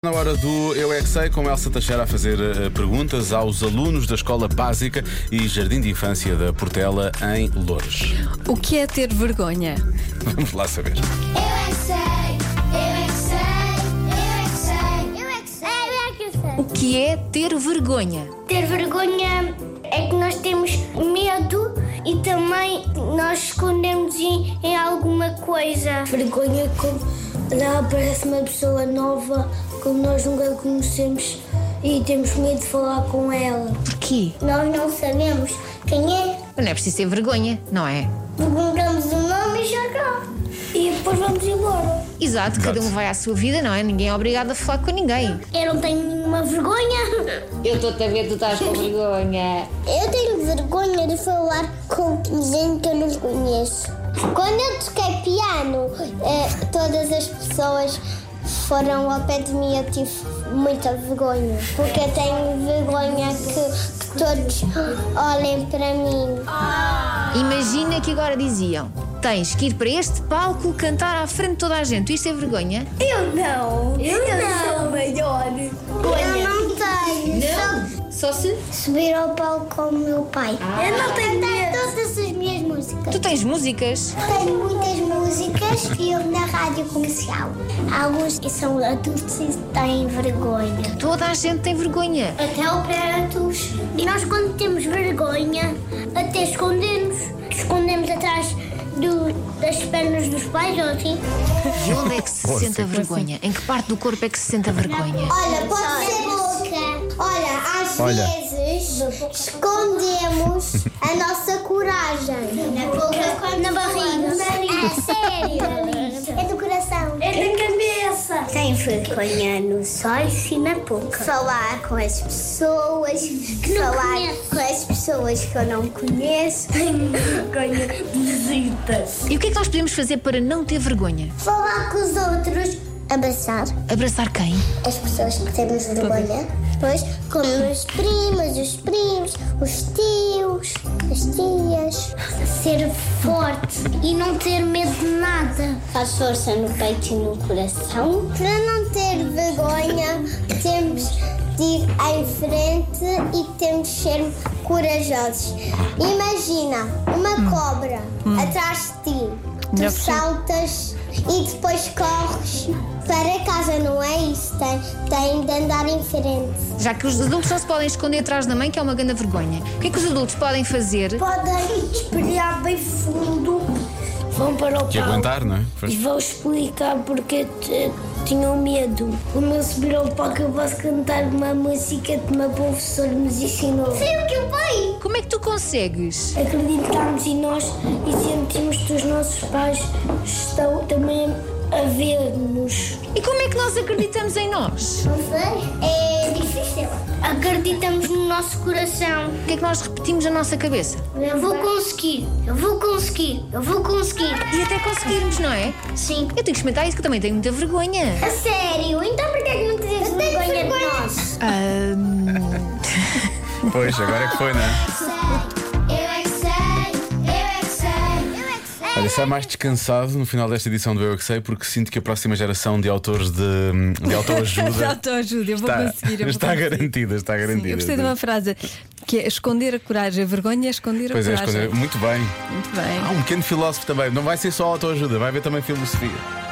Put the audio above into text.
Na hora do Eu É Que Sei, com Elsa Teixeira a fazer perguntas aos alunos da Escola Básica e Jardim de Infância da Portela, em Loures. O que é ter vergonha? Vamos lá saber. Eu é que sei, eu é que sei, eu é que sei, eu é que sei, eu é que sei. O que é ter vergonha? Ter vergonha é que nós temos medo e também nós escondemos em alguma coisa. Vergonha quando lá aparece uma pessoa nova, como nós nunca conhecemos e temos medo de falar com ela. Porquê? Nós não sabemos quem é, Não é preciso ter vergonha, não é? perguntamos o nome e já cá. E depois vamos embora. Exato, cada um vai à sua vida, não é? Ninguém é obrigado a falar com ninguém. Eu não tenho nenhuma vergonha. Eu estou-te a ver, tu estás com vergonha. Eu tenho vergonha de falar com gente que eu não conheço. Quando eu toquei piano, todas as pessoas foram ao pé de mim e eu tive muita vergonha. Porque eu tenho vergonha que todos olhem para mim. Imagina que agora diziam: tens que ir para este palco cantar à frente de toda a gente. Isto é vergonha? Eu não. Eu sou melhor. Eu não tenho. Só se. Subir ao palco com o meu pai. Eu não tenho cantar todas as minhas músicas. Tu tens músicas? Tenho muitas músicas e eu na rádio comercial. Alguns que são adultos e têm vergonha. Toda a gente tem vergonha. Até operantos. E nós, quando temos vergonha, até escondemos. Escondemos atrás das pernas dos pais ou assim. E onde é que se sente a vergonha? Em que parte do corpo é que se sente a vergonha? Olha, pode ser boca. Olha, às vezes escondemos a nossa coragem. Na boca, na barriga. É sério. É do coração. É da cabeça. Tem vergonha nos olhos e na boca. Falar com as pessoas que falar com as pessoas que eu não conheço. Tenho vergonha de visitas. E o que é que nós podemos fazer para não ter vergonha? Falar com os outros. Abraçar Abraçar quem? as pessoas que temos vergonha. Depois, como as primas, os primos, os tios, as tias. Ser forte e não ter medo de nada. Faz força no peito e no coração. Para não ter vergonha, temos de ir em frente e temos de ser corajosos. Imagina uma cobra atrás de ti. Tu saltas e depois corres para casa, não é isso? Tem de andar em frente. Já que os adultos não se podem esconder atrás da mãe, que é uma grande vergonha. O que é que os adultos podem fazer? Podem espelhar bem fundo. Vão para o Que palco aguentar, não é? e vão explicar porque tinham medo. Como eu subir ao palco, eu posso cantar uma música que o meu professor nos ensinou. Sei o que eu pai. Como é que tu consegues? Acreditarmos em nós e sentimos que os nossos pais estão também a ver-nos. E como é que nós acreditamos em nós? Não sei. É difícil. Acreditamos no nosso coração. O que é que nós repetimos na nossa cabeça? Eu vou conseguir. Eu vou conseguir. Eu vou conseguir. E até conseguirmos, não é? Sim. Eu tenho que experimentar isso, que eu também tenho muita vergonha. A sério? Então por que não tens vergonha de nós? Pois, agora é que foi, não é? Eu é que sei. Eu é que sei. Eu é que sei. Olha, sai mais descansado no final desta edição do Eu É Que Sei, porque sinto que a próxima geração de autores de autoajuda De autoajuda, eu vou conseguir. está garantida, está garantida. Eu gostei de uma frase que é esconder a coragem. A vergonha é esconder a Pois é, coragem. muito bem. Muito bem. Há um pequeno filósofo também. Não vai ser só autoajuda, vai haver também filosofia.